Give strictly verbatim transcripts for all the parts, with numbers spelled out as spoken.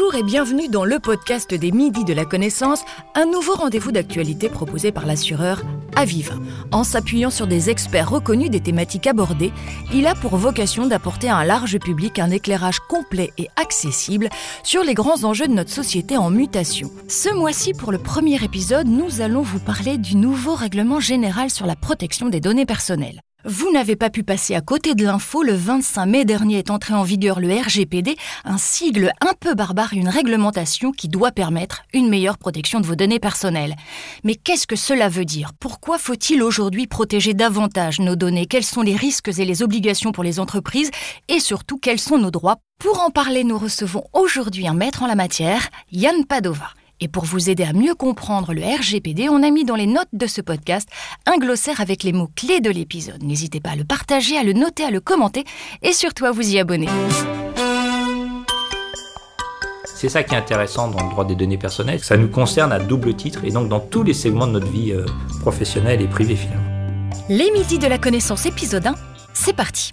Bonjour et bienvenue dans le podcast des Midis de la Connaissance, un nouveau rendez-vous d'actualité proposé par l'assureur Aviva. En s'appuyant sur des experts reconnus des thématiques abordées, il a pour vocation d'apporter à un large public un éclairage complet et accessible sur les grands enjeux de notre société en mutation. Ce mois-ci, pour le premier épisode, nous allons vous parler du nouveau règlement général sur la protection des données personnelles. Vous n'avez pas pu passer à côté de l'info, le vingt-cinq mai dernier est entré en vigueur le R G P D, un sigle un peu barbare, une réglementation qui doit permettre une meilleure protection de vos données personnelles. Mais qu'est-ce que cela veut dire ? Pourquoi faut-il aujourd'hui protéger davantage nos données ? Quels sont les risques et les obligations pour les entreprises ? Et surtout, quels sont nos droits ? Pour en parler, nous recevons aujourd'hui un maître en la matière, Yann Padova. Et pour vous aider à mieux comprendre le R G P D, on a mis dans les notes de ce podcast un glossaire avec les mots clés de l'épisode. N'hésitez pas à le partager, à le noter, à le commenter et surtout à vous y abonner. C'est ça qui est intéressant dans le droit des données personnelles. Ça nous concerne à double titre et donc dans tous les segments de notre vie euh, professionnelle et privée finalement. Les Midis de la Connaissance épisode un, c'est parti.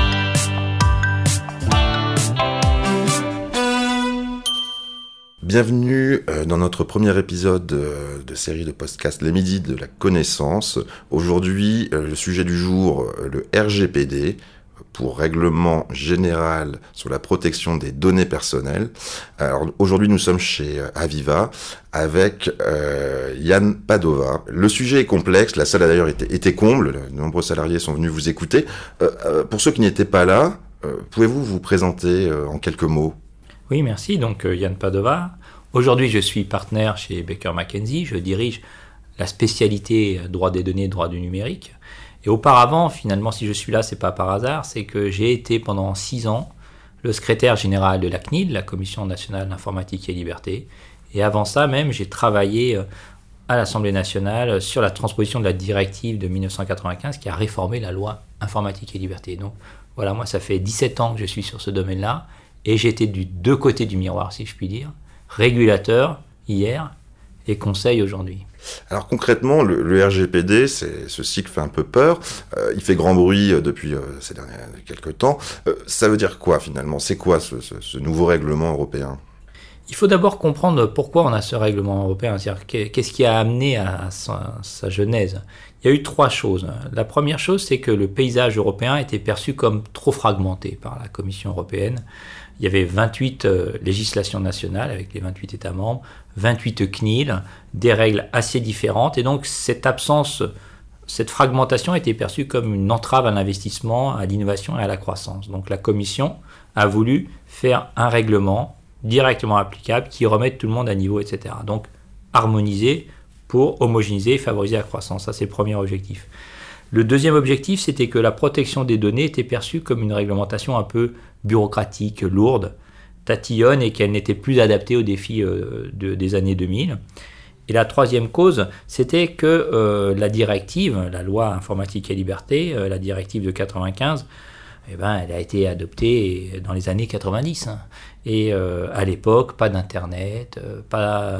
Bienvenue dans notre premier épisode de série de podcast Les Midis de la Connaissance. Aujourd'hui, le sujet du jour, le R G P D, pour Règlement Général sur la protection des données personnelles. Alors aujourd'hui, nous sommes chez Aviva avec euh, Yann Padova. Le sujet est complexe, la salle a d'ailleurs été, été comble, de nombreux salariés sont venus vous écouter. Euh, euh, pour ceux qui n'étaient pas là, euh, pouvez-vous vous présenter euh, en quelques mots ? Oui, merci. Donc, euh, Yann Padova. Aujourd'hui, je suis partenaire chez Baker McKenzie. Je dirige la spécialité droit des données, droit du numérique. Et auparavant, finalement, si je suis là, c'est pas par hasard, c'est que j'ai été pendant six ans le secrétaire général de la C N I L, la Commission nationale d'informatique et liberté. Et avant ça, même, j'ai travaillé à l'Assemblée nationale sur la transposition de la directive de dix-neuf cent quatre-vingt-quinze qui a réformé la loi informatique et liberté. Donc, voilà, moi, ça fait dix-sept ans que je suis sur ce domaine-là. Et j'étais du deux côtés du miroir, si je puis dire, régulateur hier et conseil aujourd'hui. Alors concrètement, le, le R G P D, c'est, ce cycle fait un peu peur, euh, il fait grand bruit depuis euh, ces derniers quelques temps. Euh, ça veut dire quoi finalement ? C'est quoi ce, ce, ce nouveau règlement européen ? Il faut d'abord comprendre pourquoi on a ce règlement européen, c'est-à-dire qu'est-ce qui a amené à sa, sa genèse. Il y a eu trois choses. La première chose, c'est que le paysage européen était perçu comme trop fragmenté par la Commission européenne. Il y avait vingt-huit euh, législations nationales avec les vingt-huit États membres, vingt-huit C N I L, des règles assez différentes. Et donc, cette absence, cette fragmentation était perçue comme une entrave à l'investissement, à l'innovation et à la croissance. Donc, la Commission a voulu faire un règlement directement applicable qui remette tout le monde à niveau, et cetera. Donc, harmoniser pour homogénéiser et favoriser la croissance. Ça, c'est le premier objectif. Le deuxième objectif, c'était que la protection des données était perçue comme une réglementation un peu bureaucratique, lourde, tatillonne et qu'elle n'était plus adaptée aux défis euh, de, des années deux mille. Et la troisième cause, c'était que euh, la directive, la loi informatique et liberté, euh, la directive de quatre-vingt-quinze, eh ben, elle a été adoptée dans les années quatre-vingt-dix. Hein. Et euh, à l'époque, pas d'internet, euh, pas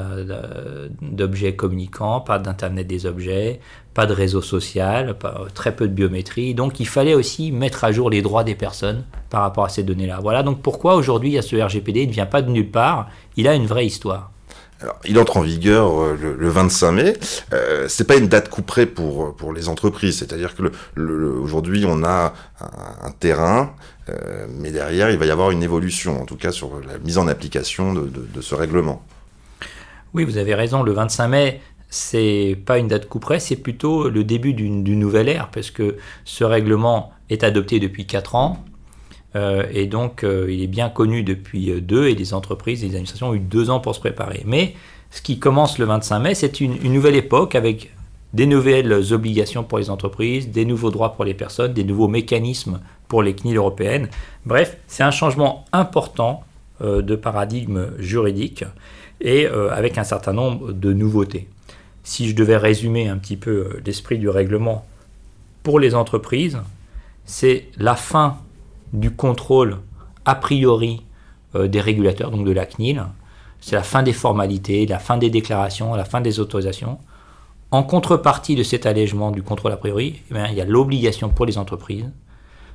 d'objets communicants, pas d'internet des objets, pas de réseau social, pas, très peu de biométrie. Donc il fallait aussi mettre à jour les droits des personnes par rapport à ces données-là. Voilà donc pourquoi aujourd'hui il y a ce R G P D, il ne vient pas de nulle part, il a une vraie histoire. Alors, il entre en vigueur euh, le, le vingt-cinq mai. Euh, c'est pas une date couperet pour pour les entreprises. C'est-à-dire que le, le, aujourd'hui on a un, un terrain, euh, mais derrière il va y avoir une évolution, en tout cas sur la mise en application de, de, de ce règlement. Oui, vous avez raison. Le vingt-cinq mai, c'est pas une date couperet, c'est plutôt le début d'une, d'une nouvelle ère, parce que ce règlement est adopté depuis quatre ans. Euh, et donc, euh, il est bien connu depuis euh, deux, et les entreprises et les administrations ont eu deux ans pour se préparer. Mais ce qui commence le vingt-cinq mai, c'est une, une nouvelle époque avec des nouvelles obligations pour les entreprises, des nouveaux droits pour les personnes, des nouveaux mécanismes pour les C N I L européennes. Bref, c'est un changement important euh, de paradigme juridique et euh, avec un certain nombre de nouveautés. Si je devais résumer un petit peu euh, l'esprit du règlement pour les entreprises, c'est la fin du contrôle a priori euh, des régulateurs, donc de la C N I L. C'est la fin des formalités, la fin des déclarations, la fin des autorisations. En contrepartie de cet allègement du contrôle a priori, eh bien, il y a l'obligation pour les entreprises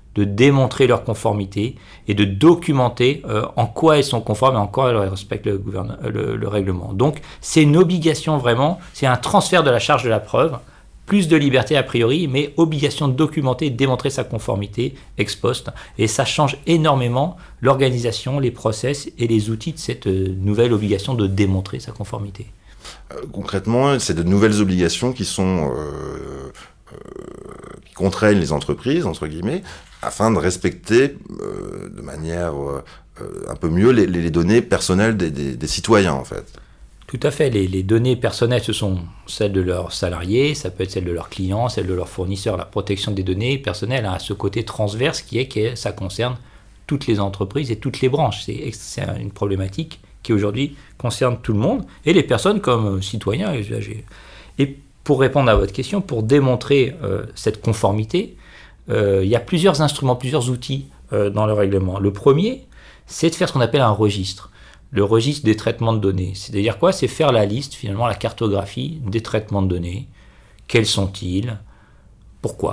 de démontrer leur conformité et de documenter euh, en quoi elles sont conformes et en quoi elles respectent le, gouverne- le, le règlement. Donc c'est une obligation vraiment, c'est un transfert de la charge de la preuve, plus de liberté a priori, mais obligation de documenter et de démontrer sa conformité ex post. Et ça change énormément l'organisation, les process et les outils de cette euh, nouvelle obligation de démontrer sa conformité. Euh, concrètement, c'est de nouvelles obligations qui sont... Euh, euh, qui contraignent les entreprises, entre guillemets, afin de respecter euh, de manière euh, un peu mieux les, les données personnelles des, des, des citoyens, en fait. Tout à fait. Les, les données personnelles, ce sont celles de leurs salariés, ça peut être celles de leurs clients, celles de leurs fournisseurs. La protection des données personnelles a ce côté transverse qui est que ça concerne toutes les entreprises et toutes les branches. C'est, c'est une problématique qui aujourd'hui concerne tout le monde et les personnes comme citoyens et usagers. Et pour répondre à votre question, pour démontrer euh, cette conformité, euh, il y a plusieurs instruments, plusieurs outils euh, dans le règlement. Le premier, c'est de faire ce qu'on appelle un registre. Le registre des traitements de données. C'est-à-dire quoi ? C'est faire la liste, finalement, la cartographie des traitements de données. Quels sont-ils ? Pourquoi ?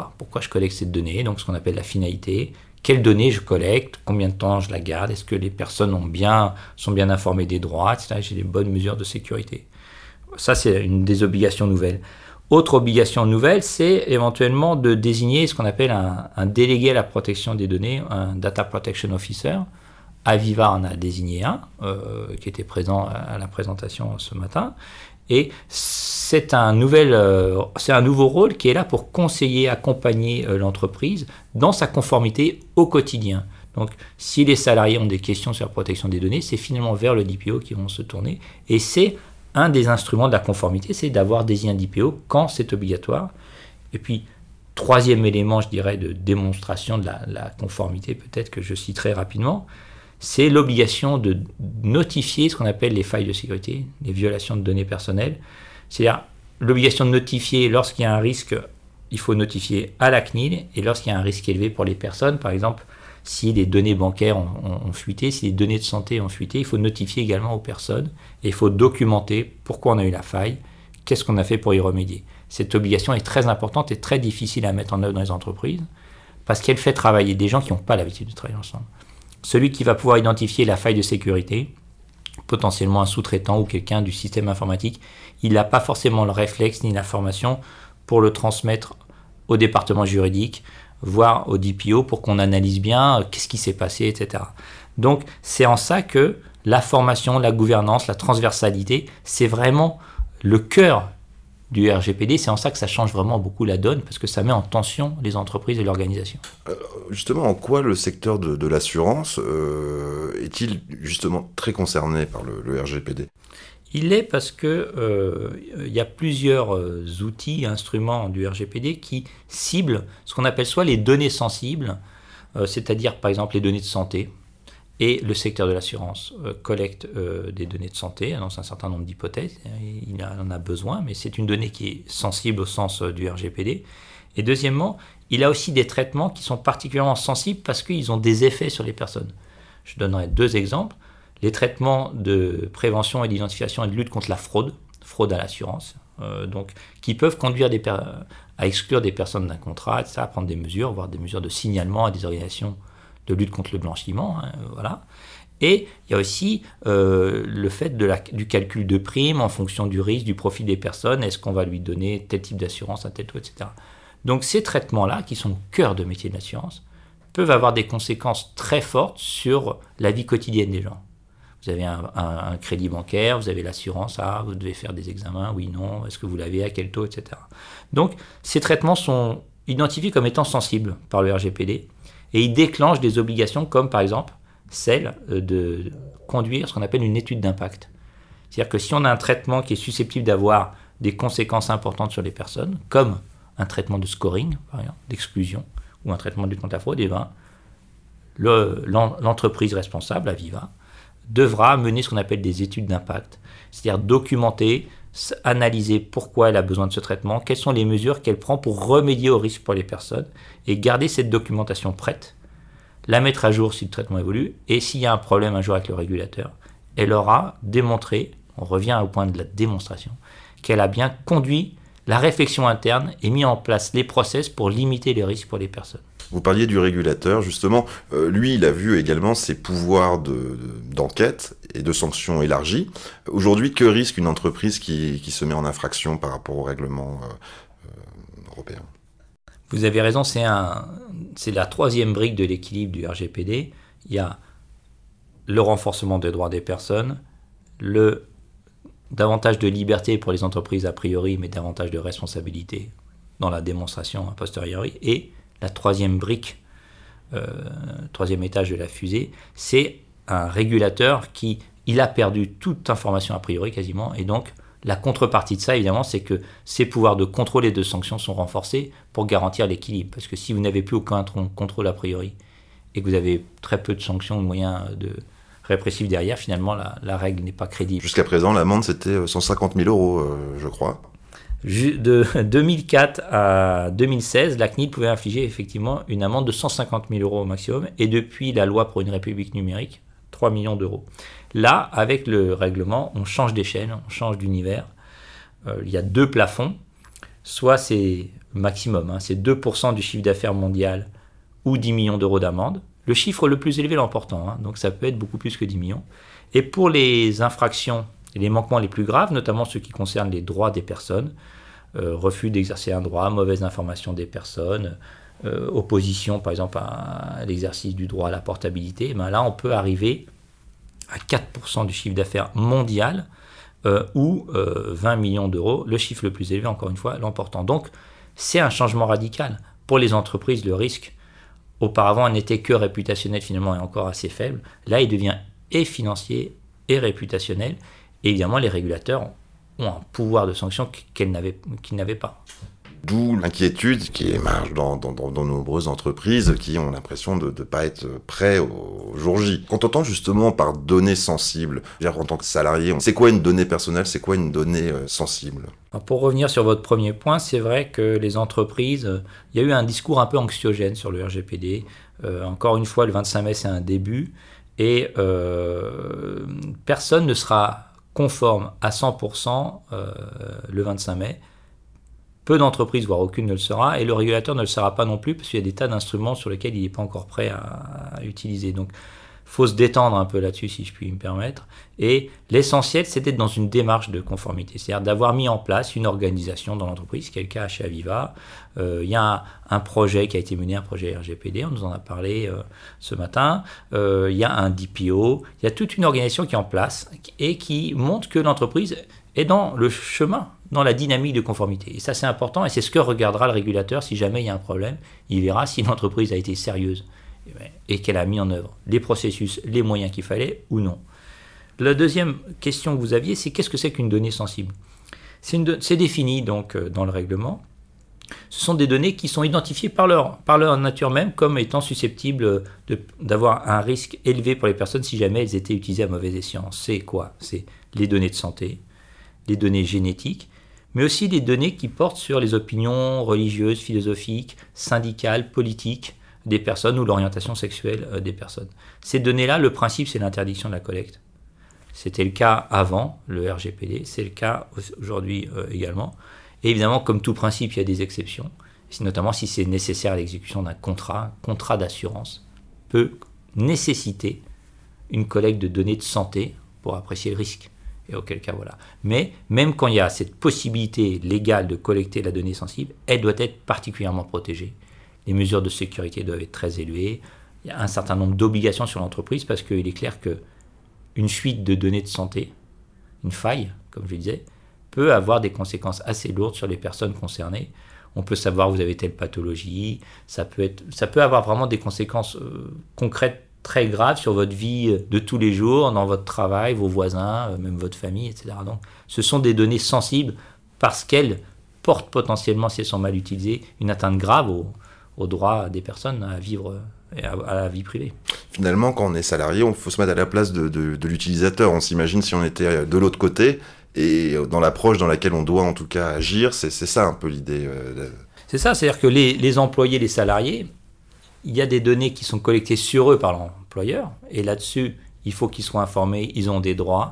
Pourquoi je collecte cette donnée ? Donc, ce qu'on appelle la finalité. Quelles données je collecte ? Combien de temps je la garde ? Est-ce que les personnes ont bien, sont bien informées des droits, et cetera. J'ai des bonnes mesures de sécurité. Ça, c'est une des obligations nouvelles. Autre obligation nouvelle, c'est éventuellement de désigner ce qu'on appelle un, un délégué à la protection des données, un Data Protection Officer. Aviva en a désigné un, euh, qui était présent à la présentation ce matin. Et c'est un, nouvel, euh, c'est un nouveau rôle qui est là pour conseiller, accompagner euh, l'entreprise dans sa conformité au quotidien. Donc, si les salariés ont des questions sur la protection des données, c'est finalement vers le D P O qu'ils vont se tourner. Et c'est un des instruments de la conformité, c'est d'avoir désigné un D P O quand c'est obligatoire. Et puis, troisième élément, je dirais, de démonstration de la, la conformité, peut-être que je citerai rapidement, c'est l'obligation de notifier ce qu'on appelle les failles de sécurité, les violations de données personnelles. C'est-à-dire l'obligation de notifier lorsqu'il y a un risque, il faut notifier à la C N I L, et lorsqu'il y a un risque élevé pour les personnes, par exemple, si les données bancaires ont, ont, ont fuité, si les données de santé ont fuité, il faut notifier également aux personnes, et il faut documenter pourquoi on a eu la faille, qu'est-ce qu'on a fait pour y remédier. Cette obligation est très importante et très difficile à mettre en œuvre dans les entreprises, parce qu'elle fait travailler des gens qui n'ont pas l'habitude de travailler ensemble. Celui qui va pouvoir identifier la faille de sécurité, potentiellement un sous-traitant ou quelqu'un du système informatique, il n'a pas forcément le réflexe ni la formation pour le transmettre au département juridique, voire au D P O pour qu'on analyse bien qu'est-ce qui s'est passé, et cetera. Donc c'est en ça que la formation, la gouvernance, la transversalité, c'est vraiment le cœur du R G P D, c'est en ça que ça change vraiment beaucoup la donne, parce que ça met en tension les entreprises et l'organisation. Euh, justement, en quoi le secteur de, de l'assurance euh, est-il justement très concerné par le, le R G P D ? Il l'est parce que euh, il y a plusieurs euh, outils, instruments du R G P D qui ciblent ce qu'on appelle soit les données sensibles, euh, c'est-à-dire par exemple les données de santé, et le secteur de l'assurance euh, collecte euh, des données de santé dans un certain nombre d'hypothèses. Il en a besoin, mais c'est une donnée qui est sensible au sens euh, du R G P D. Et deuxièmement, il a aussi des traitements qui sont particulièrement sensibles parce qu'ils ont des effets sur les personnes. Je donnerai deux exemples. Les traitements de prévention et d'identification et de lutte contre la fraude, fraude à l'assurance, euh, donc, qui peuvent conduire des per- à exclure des personnes d'un contrat, et cetera, à prendre des mesures, voire des mesures de signalement à des organisations de lutte contre le blanchiment, hein, voilà. Et il y a aussi euh, le fait de la, du calcul de primes en fonction du risque, du profit des personnes, est-ce qu'on va lui donner tel type d'assurance à tel taux, et cetera. Donc ces traitements-là, qui sont au cœur de métier de l'assurance, peuvent avoir des conséquences très fortes sur la vie quotidienne des gens. Vous avez un, un, un crédit bancaire, vous avez l'assurance, ah, vous devez faire des examens, oui, non, est-ce que vous l'avez, à quel taux, et cetera. Donc ces traitements sont identifiés comme étant sensibles par le R G P D, et il déclenche des obligations comme par exemple celle de conduire ce qu'on appelle une étude d'impact. C'est-à-dire que si on a un traitement qui est susceptible d'avoir des conséquences importantes sur les personnes, comme un traitement de scoring, par exemple, d'exclusion, ou un traitement de lutte contre la fraude, eh ben, le, l'entreprise responsable, Aviva, devra mener ce qu'on appelle des études d'impact, c'est-à-dire documenter, analyser pourquoi elle a besoin de ce traitement, quelles sont les mesures qu'elle prend pour remédier aux risques pour les personnes, et garder cette documentation prête, la mettre à jour si le traitement évolue, et s'il y a un problème un jour avec le régulateur, elle aura démontré, on revient au point de la démonstration, qu'elle a bien conduit la réflexion interne et mis en place les process pour limiter les risques pour les personnes. Vous parliez du régulateur, justement. Euh, lui, il a vu également ses pouvoirs de, de, d'enquête et de sanctions élargis. Aujourd'hui, que risque une entreprise qui, qui se met en infraction par rapport au règlement euh, euh, européen ? Vous avez raison, c'est, un, c'est la troisième brique de l'équilibre du R G P D. Il y a le renforcement des droits des personnes, le davantage de liberté pour les entreprises a priori, mais davantage de responsabilité dans la démonstration a posteriori, et la troisième brique, euh, troisième étage de la fusée, c'est un régulateur qui il a perdu toute information a priori quasiment, et donc la contrepartie de ça, évidemment, c'est que ses pouvoirs de contrôle et de sanction sont renforcés pour garantir l'équilibre. Parce que si vous n'avez plus aucun contrôle a priori et que vous avez très peu de sanctions ou de moyens de répressifs derrière, finalement, la, la règle n'est pas crédible. Jusqu'à présent, l'amende, c'était cent cinquante mille euros, euh, je crois. De deux mille quatre à deux mille seize, la C N I L pouvait infliger effectivement une amende de cent cinquante mille euros au maximum, et depuis la loi pour une république numérique, trois millions d'euros. Là, avec le règlement, on change d'échelle, on change d'univers. Euh, il y a deux plafonds, soit c'est maximum, hein, c'est deux pour cent du chiffre d'affaires mondial ou dix millions d'euros d'amende. Le chiffre le plus élevé l'emportant, hein, donc ça peut être beaucoup plus que dix millions. Et pour les infractions et les manquements les plus graves, notamment ceux qui concernent les droits des personnes, Euh, refus d'exercer un droit, mauvaise information des personnes, euh, opposition par exemple à, à l'exercice du droit à la portabilité, ben là on peut arriver à quatre pour cent du chiffre d'affaires mondial euh, ou euh, vingt millions d'euros, le chiffre le plus élevé encore une fois l'emportant. Donc c'est un changement radical. Pour les entreprises, le risque auparavant n'était que réputationnel finalement et encore assez faible. Là il devient et financier et réputationnel, et évidemment les régulateurs ont un pouvoir de sanction qu'ils n'avaient, qu'ils n'avaient pas. D'où l'inquiétude qui émerge dans, dans, dans, dans de nombreuses entreprises qui ont l'impression de ne pas être prêts au, au jour J. Quand on entend justement par données sensibles, en tant que salarié, c'est quoi une donnée personnelle, c'est quoi une donnée euh, sensible ? Pour revenir sur votre premier point, c'est vrai que les entreprises, euh, il y a eu un discours un peu anxiogène sur le R G P D. Euh, encore une fois, le vingt-cinq mai, c'est un début, et euh, personne ne sera conforme à cent pour cent euh, le vingt-cinq mai. Peu d'entreprises, voire aucune, ne le sera, et le régulateur ne le sera pas non plus, parce qu'il y a des tas d'instruments sur lesquels il n'est pas encore prêt à, à utiliser. Donc, il faut se détendre un peu là-dessus, si je puis me permettre. Et l'essentiel, c'est d'être dans une démarche de conformité, c'est-à-dire d'avoir mis en place une organisation dans l'entreprise, ce qui est le cas chez Aviva. Euh, il y a un, un projet qui a été mené, un projet R G P D, on nous en a parlé euh, ce matin. Euh, il y a un D P O, il y a toute une organisation qui est en place et qui montre que l'entreprise est dans le chemin, dans la dynamique de conformité. Et ça, c'est important, et c'est ce que regardera le régulateur si jamais il y a un problème. Il verra si l'entreprise a été sérieuse et qu'elle a mis en œuvre les processus, les moyens qu'il fallait ou non. La deuxième question que vous aviez, c'est qu'est-ce que c'est qu'une donnée sensible ? C'est, une, c'est défini donc dans le règlement. Ce sont des données qui sont identifiées par leur, par leur nature même comme étant susceptibles de, d'avoir un risque élevé pour les personnes si jamais elles étaient utilisées à mauvais escient. C'est quoi ? C'est les données de santé, les données génétiques, mais aussi les données qui portent sur les opinions religieuses, philosophiques, syndicales, politiques des personnes ou l'orientation sexuelle des personnes. Ces données-là, le principe, c'est l'interdiction de la collecte. C'était le cas avant le R G P D, c'est le cas aujourd'hui euh, également. Et évidemment, comme tout principe, il y a des exceptions, notamment si c'est nécessaire à l'exécution d'un contrat. Un contrat d'assurance peut nécessiter une collecte de données de santé pour apprécier le risque. Et auquel cas, voilà. Mais même quand il y a cette possibilité légale de collecter la donnée sensible, elle doit être particulièrement protégée. Les mesures de sécurité doivent être très élevées. Il y a un certain nombre d'obligations sur l'entreprise parce qu'il est clair qu'une fuite de données de santé, une faille, comme je le disais, peut avoir des conséquences assez lourdes sur les personnes concernées. On peut savoir que vous avez telle pathologie, ça peut, être, ça peut avoir vraiment des conséquences euh, concrètes très graves sur votre vie de tous les jours, dans votre travail, vos voisins, euh, même votre famille, et cetera. Donc, ce sont des données sensibles parce qu'elles portent potentiellement, si elles sont mal utilisées, une atteinte grave au, au droit des personnes à vivre et à, à la vie privée. Finalement, quand on est salarié, il faut se mettre à la place de, de, de l'utilisateur. On s'imagine si on était de l'autre côté, et dans l'approche dans laquelle on doit en tout cas agir, c'est, c'est ça un peu l'idée. Euh... C'est ça, c'est-à-dire que les, les employés, les salariés, il y a des données qui sont collectées sur eux par l'employeur, et là-dessus, il faut qu'ils soient informés, ils ont des droits,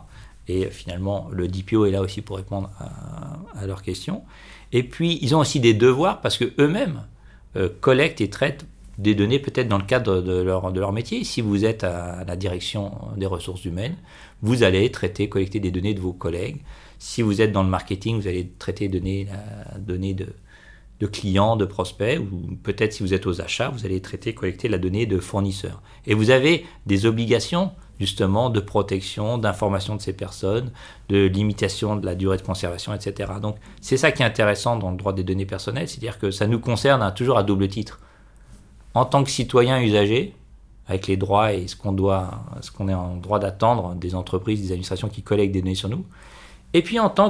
Et finalement, le D P O est là aussi pour répondre à, à leurs questions. Et puis, ils ont aussi des devoirs parce qu'eux-mêmes euh, collectent et traitent des données peut-être dans le cadre de leur, de leur métier. Si vous êtes à la direction des ressources humaines, vous allez traiter, collecter des données de vos collègues. Si vous êtes dans le marketing, vous allez traiter des données, la, données de, de clients, de prospects, ou peut-être si vous êtes aux achats, vous allez traiter, collecter la donnée de fournisseurs. Et vous avez des obligations justement de protection, d'information de ces personnes, de limitation de la durée de conservation, et cetera. Donc c'est ça qui est intéressant dans le droit des données personnelles, c'est-à-dire que ça nous concerne hein, toujours à double titre. En tant que citoyen usager, avec les droits et ce qu'on doit, ce qu'on est en droit d'attendre des entreprises, des administrations qui collectent des données sur nous, et puis en tant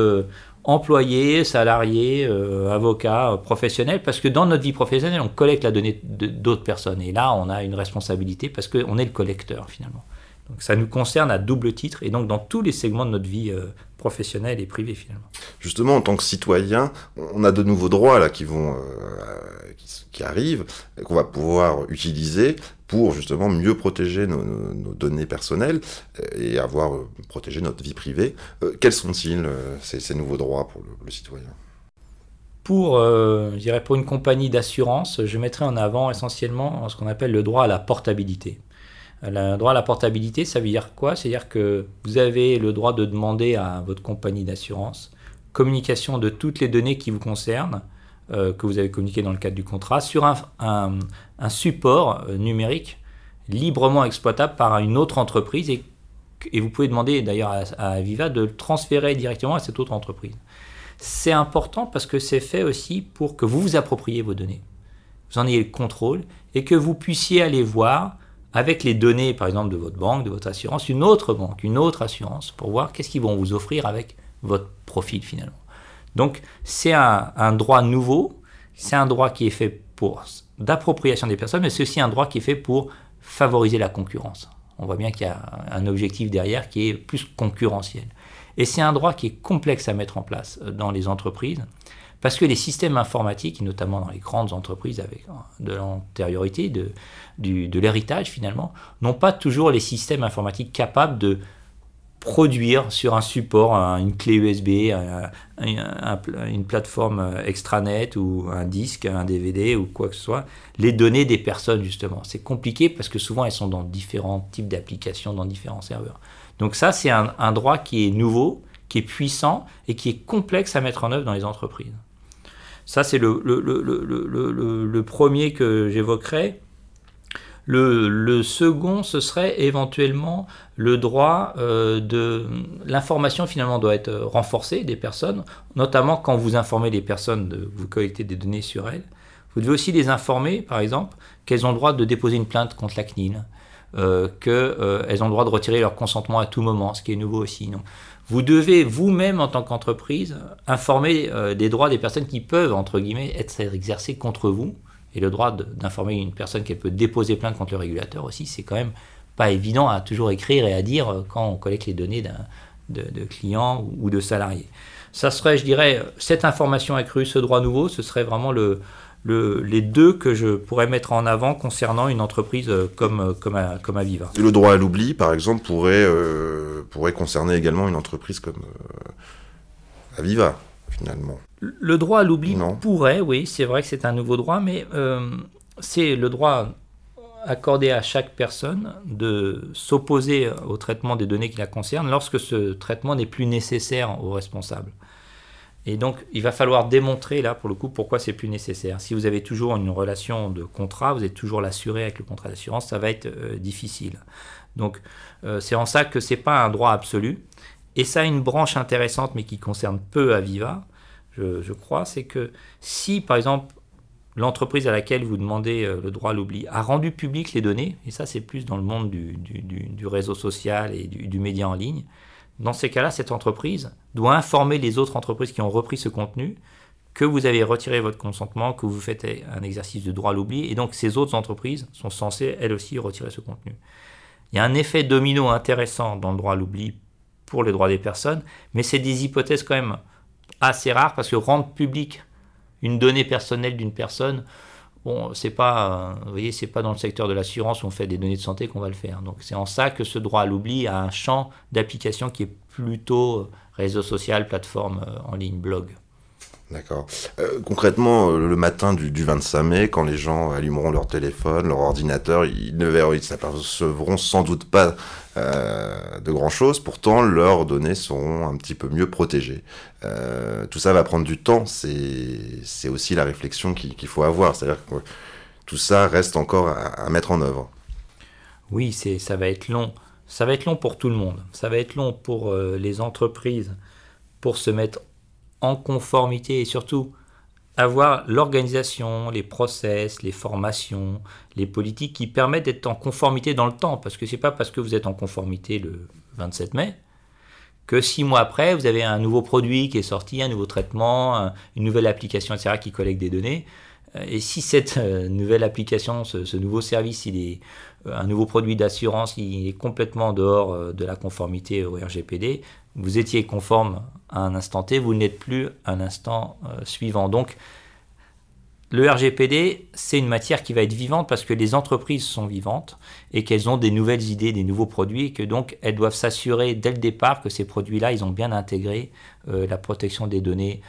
qu'employé, salarié, euh, avocat, euh, professionnel, parce que dans notre vie professionnelle, on collecte la donnée de, d'autres personnes, et là on a une responsabilité parce qu'on est le collecteur finalement. Donc ça nous concerne à double titre, et donc dans tous les segments de notre vie euh, professionnelle et privée finalement. Justement, en tant que citoyen, on a de nouveaux droits là qui vont, euh, qui, qui arrivent, qu'on va pouvoir utiliser pour justement mieux protéger nos, nos, nos données personnelles et avoir euh, protégé notre vie privée. Euh, quels sont-ils euh, ces, ces nouveaux droits pour le, le citoyen ? Pour, euh, je dirais pour une compagnie d'assurance, je mettrai en avant essentiellement ce qu'on appelle le droit à la portabilité. Le droit à la portabilité, ça veut dire quoi ? C'est-à-dire que vous avez le droit de demander à votre compagnie d'assurance communication de toutes les données qui vous concernent, euh, que vous avez communiquées dans le cadre du contrat, sur un, un, un support euh, numérique librement exploitable par une autre entreprise. Et, et vous pouvez demander d'ailleurs à, à Aviva de le transférer directement à cette autre entreprise. C'est important parce que c'est fait aussi pour que vous vous appropriez vos données. Vous en ayez le contrôle et que vous puissiez aller voir avec les données, par exemple, de votre banque, de votre assurance, une autre banque, une autre assurance, pour voir qu'est-ce qu'ils vont vous offrir avec votre profil, finalement. Donc, c'est un, un droit nouveau, c'est un droit qui est fait pour d'appropriation des personnes, mais c'est aussi un droit qui est fait pour favoriser la concurrence. On voit bien qu'il y a un objectif derrière qui est plus concurrentiel. Et c'est un droit qui est complexe à mettre en place dans les entreprises, parce que les systèmes informatiques, notamment dans les grandes entreprises avec de l'antériorité, de, du, de l'héritage finalement, n'ont pas toujours les systèmes informatiques capables de produire sur un support, une clé U S B, un, un, un, une plateforme extranet ou un disque, un D V D ou quoi que ce soit, les données des personnes justement. C'est compliqué parce que souvent elles sont dans différents types d'applications, dans différents serveurs. Donc ça, c'est un, un droit qui est nouveau, qui est puissant et qui est complexe à mettre en œuvre dans les entreprises. Ça, c'est le, le, le, le, le, le, le premier que j'évoquerai. Le, le second, ce serait éventuellement le droit euh, de... L'information, finalement, doit être renforcée des personnes, notamment quand vous informez les personnes, de, vous collectez des données sur elles. Vous devez aussi les informer, par exemple, qu'elles ont le droit de déposer une plainte contre la C N I L, euh, qu'elles euh, ont le droit de retirer leur consentement à tout moment, ce qui est nouveau aussi. Non ? Vous devez vous-même, en tant qu'entreprise, informer euh, des droits des personnes qui peuvent, entre guillemets, être exercés contre vous. Et le droit de, d'informer une personne qu'elle peut déposer plainte contre le régulateur aussi, c'est quand même pas évident à toujours écrire et à dire quand on collecte les données d'un, de, de clients ou de salariés. Ça serait, je dirais, cette information accrue, ce droit nouveau, ce serait vraiment le, le, les deux que je pourrais mettre en avant concernant une entreprise comme, comme, comme Aviva. Le droit à l'oubli, par exemple, pourrait, euh, pourrait concerner également une entreprise comme euh, Aviva, finalement. Le droit à l'oubli non. pourrait, oui, c'est vrai que c'est un nouveau droit, mais euh, c'est le droit accordé à chaque personne de s'opposer au traitement des données qui la concernent lorsque ce traitement n'est plus nécessaire aux responsables. Et donc, il va falloir démontrer, là, pour le coup, pourquoi c'est plus nécessaire. Si vous avez toujours une relation de contrat, vous êtes toujours l'assuré avec le contrat d'assurance, ça va être euh, difficile. Donc, euh, c'est en ça que c'est pas un droit absolu. Et ça a une branche intéressante, mais qui concerne peu Aviva, je, je crois, c'est que si, par exemple, l'entreprise à laquelle vous demandez euh, le droit à l'oubli a rendu public les données, et ça c'est plus dans le monde du, du, du, du réseau social et du, du média en ligne, dans ces cas-là, cette entreprise doit informer les autres entreprises qui ont repris ce contenu que vous avez retiré votre consentement, que vous faites un exercice de droit à l'oubli, et donc ces autres entreprises sont censées, elles aussi, retirer ce contenu. Il y a un effet domino intéressant dans le droit à l'oubli pour les droits des personnes, mais c'est des hypothèses quand même assez rares, parce que rendre public une donnée personnelle d'une personne, bon, c'est pas, vous voyez, c'est pas dans le secteur de l'assurance où on fait des données de santé qu'on va le faire. Donc c'est en ça que ce droit à l'oubli a un champ d'application qui est plutôt réseau social, plateforme en ligne, blog. D'accord. Euh, concrètement, le matin du, du vingt-cinq mai, quand les gens allumeront leur téléphone, leur ordinateur, ils ne verront, ils s'apercevront sans doute pas euh, de grand-chose. Pourtant, leurs données seront un petit peu mieux protégées. Euh, tout ça va prendre du temps. C'est, c'est aussi la réflexion qu'il, qu'il faut avoir. C'est-à-dire que tout ça reste encore à, à mettre en œuvre. Oui, c'est, ça va être long. Ça va être long pour tout le monde. Ça va être long pour euh, les entreprises pour se mettre en conformité et surtout avoir l'organisation, les process, les formations, les politiques qui permettent d'être en conformité dans le temps. Parce que c'est pas parce que vous êtes en conformité le vingt-sept mai que six mois après, vous avez un nouveau produit qui est sorti, un nouveau traitement, un, une nouvelle application, et cetera qui collecte des données. Et si cette euh, nouvelle application, ce, ce nouveau service, il est euh, un nouveau produit d'assurance, il est complètement en dehors euh, de la conformité au R G P D, vous étiez conforme à un instant T, vous n'êtes plus à un instant euh, suivant. Donc, le R G P D, c'est une matière qui va être vivante parce que les entreprises sont vivantes et qu'elles ont des nouvelles idées, des nouveaux produits et que donc elles doivent s'assurer dès le départ que ces produits-là, ils ont bien intégré euh, la protection des données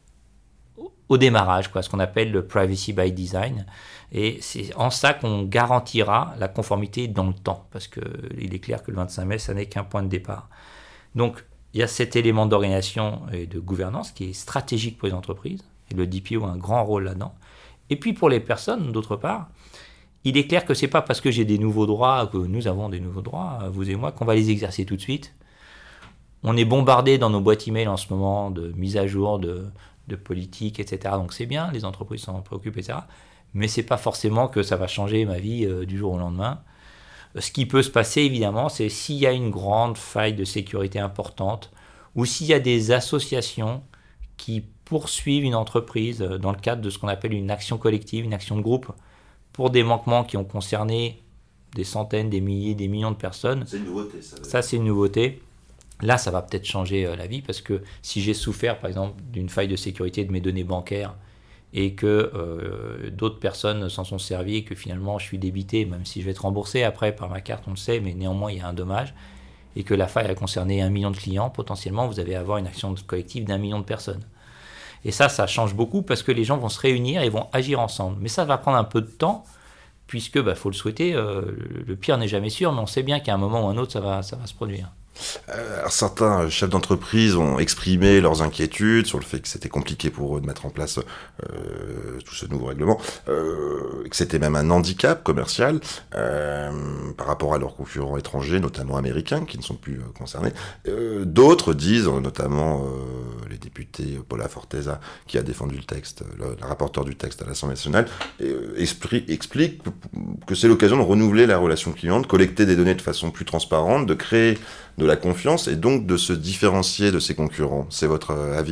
au démarrage, quoi, ce qu'on appelle le privacy by design. Et c'est en ça qu'on garantira la conformité dans le temps, parce qu'il est clair que le vingt-cinq mai, ça n'est qu'un point de départ. Donc, il y a cet élément d'organisation et de gouvernance qui est stratégique pour les entreprises, et le D P O a un grand rôle là-dedans. Et puis pour les personnes, d'autre part, il est clair que ce n'est pas parce que j'ai des nouveaux droits, que nous avons des nouveaux droits, vous et moi, qu'on va les exercer tout de suite. On est bombardé dans nos boîtes email en ce moment de mise à jour, de... de politique, et cetera. Donc c'est bien, les entreprises s'en préoccupent, et cetera. Mais c'est pas forcément que ça va changer ma vie euh, du jour au lendemain. Ce qui peut se passer, évidemment, c'est s'il y a une grande faille de sécurité importante ou s'il y a des associations qui poursuivent une entreprise dans le cadre de ce qu'on appelle une action collective, une action de groupe, pour des manquements qui ont concerné des centaines, des milliers, des millions de personnes. C'est une nouveauté, ça. Ça, c'est une nouveauté. Là, ça va peut-être changer euh, la vie parce que si j'ai souffert, par exemple, d'une faille de sécurité de mes données bancaires et que euh, d'autres personnes s'en sont servies et que finalement je suis débité, même si je vais être remboursé après par ma carte, on le sait, mais néanmoins il y a un dommage, et que la faille a concerné un million de clients, potentiellement vous allez avoir une action collective d'un million de personnes. Et ça, ça change beaucoup parce que les gens vont se réunir et vont agir ensemble. Mais ça va prendre un peu de temps puisque, bah, faut le souhaiter, euh, le, le pire n'est jamais sûr, mais on sait bien qu'à un moment ou un autre, ça va, ça va se produire. Euh, alors certains chefs d'entreprise ont exprimé leurs inquiétudes sur le fait que c'était compliqué pour eux de mettre en place euh, tout ce nouveau règlement, euh, que c'était même un handicap commercial euh, par rapport à leurs concurrents étrangers, notamment américains, qui ne sont plus euh, concernés. Euh, d'autres disent, notamment euh, les députés Paula Forteza, qui a défendu le texte, le, le rapporteur du texte à l'Assemblée nationale, euh, explique, explique que c'est l'occasion de renouveler la relation client, de collecter des données de façon plus transparente, de créer de la confiance et donc de se différencier de ses concurrents. C'est votre euh, avis ?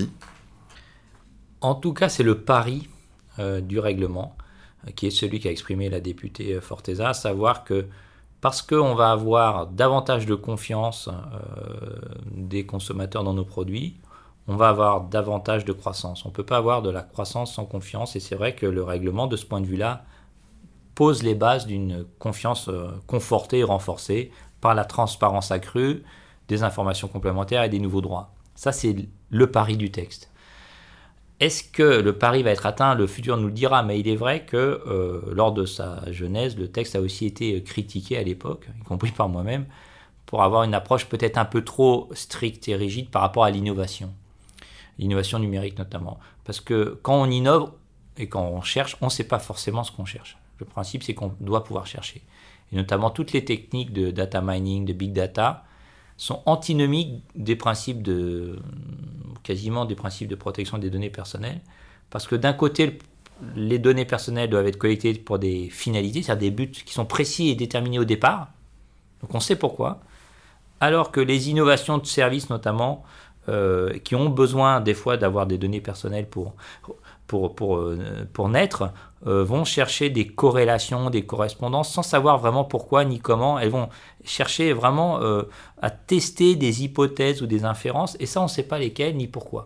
En tout cas, c'est le pari euh, du règlement, euh, qui est celui qu'a exprimé la députée Forteza, à savoir que parce qu'on va avoir davantage de confiance euh, des consommateurs dans nos produits, on va avoir davantage de croissance. On ne peut pas avoir de la croissance sans confiance, et c'est vrai que le règlement, de ce point de vue-là, pose les bases d'une confiance euh, confortée et renforcée par la transparence accrue, des informations complémentaires et des nouveaux droits. Ça, c'est le pari du texte. Est-ce que le pari va être atteint ? Le futur nous le dira, mais il est vrai que euh, lors de sa genèse, le texte a aussi été critiqué à l'époque, y compris par moi-même, pour avoir une approche peut-être un peu trop stricte et rigide par rapport à l'innovation. L'innovation numérique notamment. Parce que quand on innove et quand on cherche, on ne sait pas forcément ce qu'on cherche. Le principe, c'est qu'on doit pouvoir chercher. Et notamment toutes les techniques de data mining, de big data, sont antinomiques des principes de, quasiment des principes de protection des données personnelles, parce que d'un côté, les données personnelles doivent être collectées pour des finalités, c'est-à-dire des buts qui sont précis et déterminés au départ, donc on sait pourquoi, alors que les innovations de services notamment, euh, qui ont besoin des fois d'avoir des données personnelles pour, pour, pour, euh, pour naître, euh, vont chercher des corrélations, des correspondances, sans savoir vraiment pourquoi ni comment. Elles vont chercher vraiment euh, à tester des hypothèses ou des inférences, et ça on ne sait pas lesquelles ni pourquoi.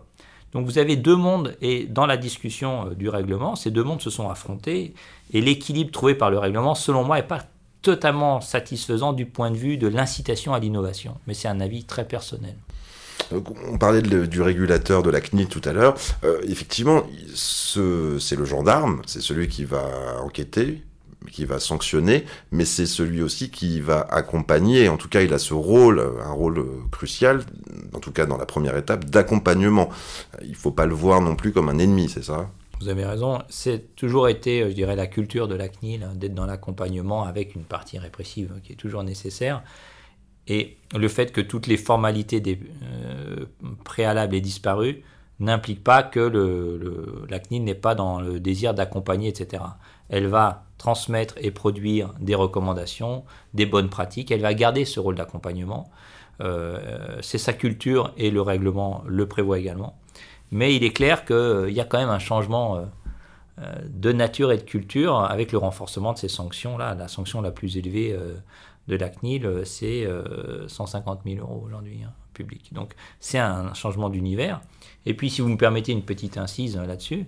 Donc vous avez deux mondes, et dans la discussion du règlement, ces deux mondes se sont affrontés, et l'équilibre trouvé par le règlement, selon moi, n'est pas totalement satisfaisant du point de vue de l'incitation à l'innovation. Mais c'est un avis très personnel. On parlait de, du régulateur de la C N I L tout à l'heure. Euh, effectivement, ce, c'est le gendarme, c'est celui qui va enquêter, qui va sanctionner, mais c'est celui aussi qui va accompagner. En tout cas, il a ce rôle, un rôle crucial, en tout cas dans la première étape, d'accompagnement. Il ne faut pas le voir non plus comme un ennemi, c'est ça ? Vous avez raison. C'est toujours été, je dirais, la culture de la C N I L, hein, d'être dans l'accompagnement avec une partie répressive qui est toujours nécessaire. Et le fait que toutes les formalités des, euh, préalables aient disparu n'implique pas que le, le, la C N I L n'est pas dans le désir d'accompagner, et cetera. Elle va transmettre et produire des recommandations, des bonnes pratiques. Elle va garder ce rôle d'accompagnement. Euh, c'est sa culture et le règlement le prévoit également. Mais il est clair qu'il euh, y a quand même un changement euh, euh, de nature et de culture avec le renforcement de ces sanctions-là. La sanction la plus élevée euh, de la C N I L, c'est euh, cent cinquante mille euros aujourd'hui, hein, public. Donc c'est un changement d'univers. Et puis si vous me permettez une petite incise là-dessus,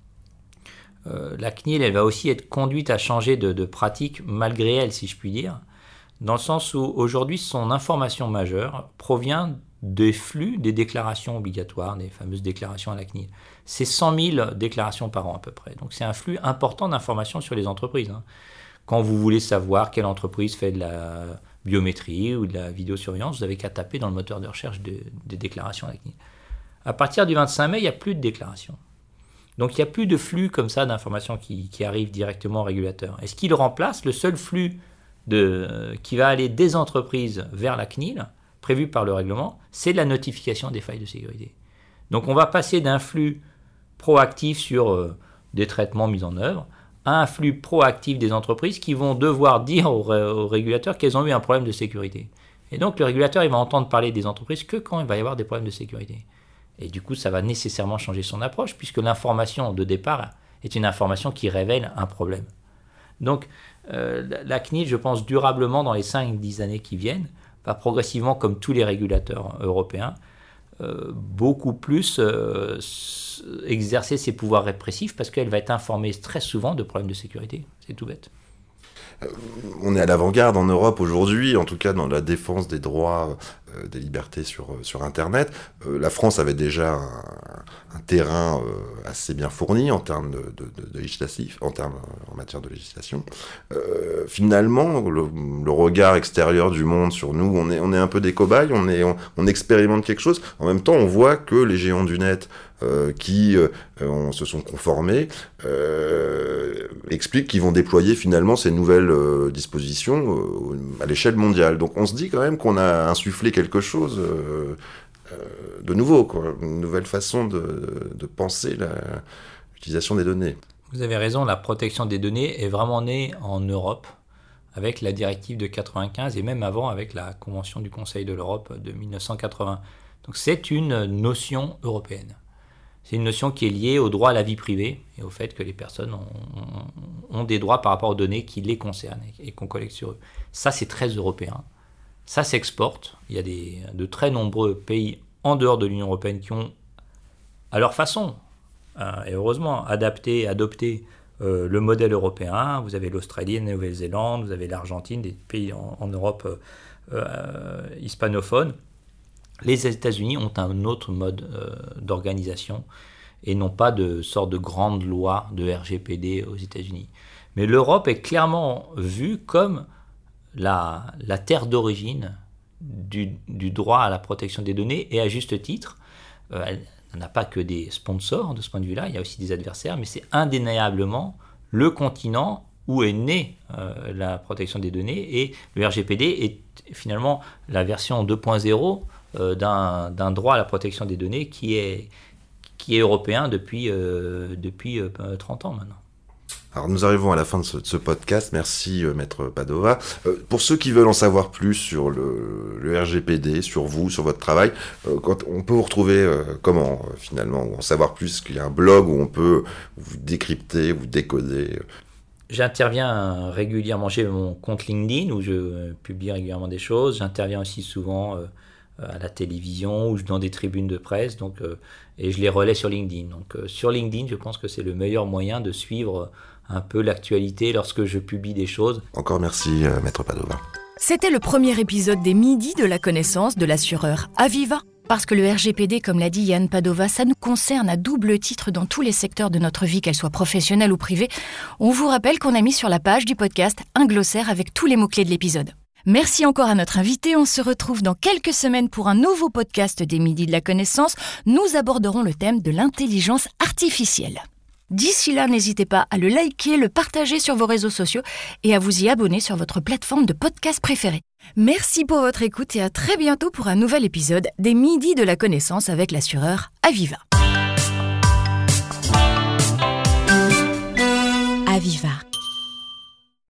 euh, la C N I L, elle va aussi être conduite à changer de, de pratique malgré elle, si je puis dire, dans le sens où aujourd'hui son information majeure provient des flux des déclarations obligatoires, des fameuses déclarations à la C N I L. C'est cent mille déclarations par an à peu près. Donc c'est un flux important d'informations sur les entreprises, hein. Quand vous voulez savoir quelle entreprise fait de la biométrie ou de la vidéosurveillance, vous n'avez qu'à taper dans le moteur de recherche de, des déclarations à la C N I L. À partir du vingt-cinq mai, il n'y a plus de déclarations. Donc il n'y a plus de flux comme ça d'informations qui, qui arrivent directement au régulateur. Et ce qui le remplace, le seul flux de, qui va aller des entreprises vers la C N I L, prévu par le règlement, c'est la notification des failles de sécurité. Donc on va passer d'un flux proactif sur euh, des traitements mis en œuvre à un flux proactif des entreprises qui vont devoir dire au, ré, au régulateur qu'elles ont eu un problème de sécurité. Et donc le régulateur il va entendre parler des entreprises que quand il va y avoir des problèmes de sécurité. Et du coup ça va nécessairement changer son approche puisque l'information de départ est une information qui révèle un problème. Donc euh, la C N I L, je pense durablement dans les cinq à dix années qui viennent, va progressivement, comme tous les régulateurs européens, euh, beaucoup plus euh, exercer ses pouvoirs répressifs parce qu'elle va être informée très souvent de problèmes de sécurité. C'est tout bête. Euh, on est à l'avant-garde en Europe aujourd'hui, en tout cas dans la défense des droits, euh, des libertés sur, sur Internet. Euh, la France avait déjà un, un terrain euh, assez bien fourni en termes de, de, de, de législatif, en termes en matière de législation. Euh, finalement, le, le regard extérieur du monde sur nous, on est, on est un peu des cobayes, on, est, on, on expérimente quelque chose. En même temps, on voit que les géants du net Euh, qui euh, on, se sont conformés, euh, expliquent qu'ils vont déployer finalement ces nouvelles euh, dispositions euh, à l'échelle mondiale. Donc on se dit quand même qu'on a insufflé quelque chose euh, euh, de nouveau, quoi, une nouvelle façon de, de penser la, l'utilisation des données. Vous avez raison, la protection des données est vraiment née en Europe avec la directive de quatre-vingt-quinze et même avant avec la Convention du Conseil de l'Europe de mille neuf cent quatre-vingts. Donc c'est une notion européenne. C'est une notion qui est liée au droit à la vie privée et au fait que les personnes ont, ont des droits par rapport aux données qui les concernent et qu'on collecte sur eux. Ça, c'est très européen. Ça s'exporte. Il y a des, de très nombreux pays en dehors de l'Union européenne qui ont, à leur façon, hein, et heureusement, adapté, adopté euh, le modèle européen. Vous avez l'Australie, la Nouvelle-Zélande, vous avez l'Argentine, des pays en, en Europe euh, euh, hispanophones. Les États-Unis ont un autre mode euh, d'organisation et n'ont pas de sorte de grande loi de R G P D aux États-Unis. Mais l'Europe est clairement vue comme la, la terre d'origine du, du droit à la protection des données et à juste titre. Euh, elle n'a pas que des sponsors de ce point de vue-là, il y a aussi des adversaires, mais c'est indéniablement le continent où est née euh, la protection des données et le R G P D est finalement la version deux point zéro Euh, d'un, d'un droit à la protection des données qui est, qui est européen depuis, euh, depuis euh, trente ans maintenant. Alors nous arrivons à la fin de ce, de ce podcast, merci euh, Maître Padova. Euh, pour ceux qui veulent en savoir plus sur le, le R G P D, sur vous, sur votre travail, euh, quand on peut vous retrouver euh, comment euh, finalement, ou en savoir plus, est-ce qu'il y a un blog où on peut vous décrypter, vous décoder euh. J'interviens régulièrement, j'ai mon compte LinkedIn où je publie régulièrement des choses, j'interviens aussi souvent euh, à la télévision ou dans des tribunes de presse, donc, euh, et je les relais sur LinkedIn. Donc euh, sur LinkedIn, je pense que c'est le meilleur moyen de suivre un peu l'actualité lorsque je publie des choses. Encore merci, euh, Maître Padova. C'était le premier épisode des Midis de la connaissance de l'assureur Aviva. Parce que le R G P D, comme l'a dit Yann Padova, ça nous concerne à double titre dans tous les secteurs de notre vie, qu'elle soit professionnelle ou privée. On vous rappelle qu'on a mis sur la page du podcast un glossaire avec tous les mots-clés de l'épisode. Merci encore à notre invité. On se retrouve dans quelques semaines pour un nouveau podcast des Midis de la connaissance. Nous aborderons le thème de l'intelligence artificielle. D'ici là, n'hésitez pas à le liker, le partager sur vos réseaux sociaux et à vous y abonner sur votre plateforme de podcast préférée. Merci pour votre écoute et à très bientôt pour un nouvel épisode des Midis de la connaissance avec l'assureur Aviva. Aviva.